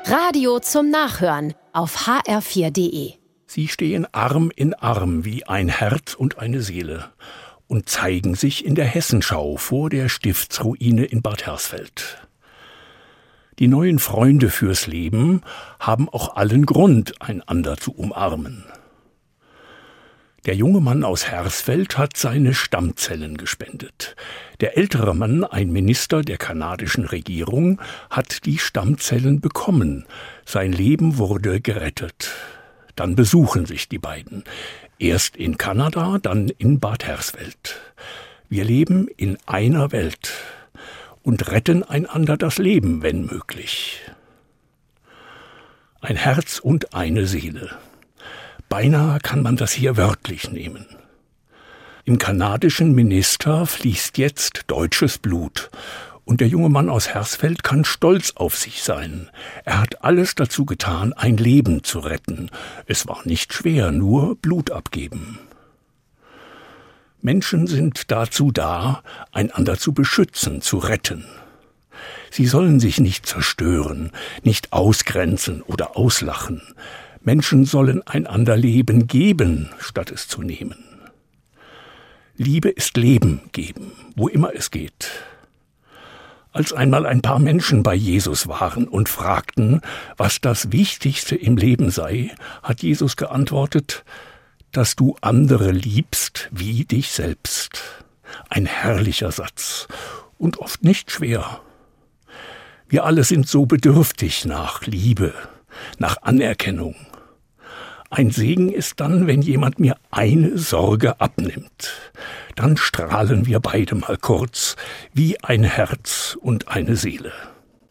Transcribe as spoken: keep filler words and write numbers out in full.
Radio zum Nachhören auf h r vier punkt d e. Sie stehen Arm in Arm wie ein Herz und eine Seele und zeigen sich in der Hessenschau vor der Stiftsruine in Bad Hersfeld. Die neuen Freunde fürs Leben haben auch allen Grund, einander zu umarmen. Der junge Mann aus Hersfeld hat seine Stammzellen gespendet. Der ältere Mann, ein Minister der kanadischen Regierung, hat die Stammzellen bekommen. Sein Leben wurde gerettet. Dann besuchen sich die beiden. Erst in Kanada, dann in Bad Hersfeld. Wir leben in einer Welt und retten einander das Leben, wenn möglich. Ein Herz und eine Seele. Beinahe kann man das hier wörtlich nehmen. Im kanadischen Minister fließt jetzt deutsches Blut. Und der junge Mann aus Hersfeld kann stolz auf sich sein. Er hat alles dazu getan, ein Leben zu retten. Es war nicht schwer, nur Blut abgeben. Menschen sind dazu da, einander zu beschützen, zu retten. Sie sollen sich nicht zerstören, nicht ausgrenzen oder auslachen. Menschen sollen einander Leben geben, statt es zu nehmen. Liebe ist Leben geben, wo immer es geht. Als einmal ein paar Menschen bei Jesus waren und fragten, was das Wichtigste im Leben sei, hat Jesus geantwortet, dass du andere liebst wie dich selbst. Ein herrlicher Satz und oft nicht schwer. Wir alle sind so bedürftig nach Liebe, nach Anerkennung. Ein Segen ist dann, wenn jemand mir eine Sorge abnimmt. Dann strahlen wir beide mal kurz wie ein Herz und eine Seele.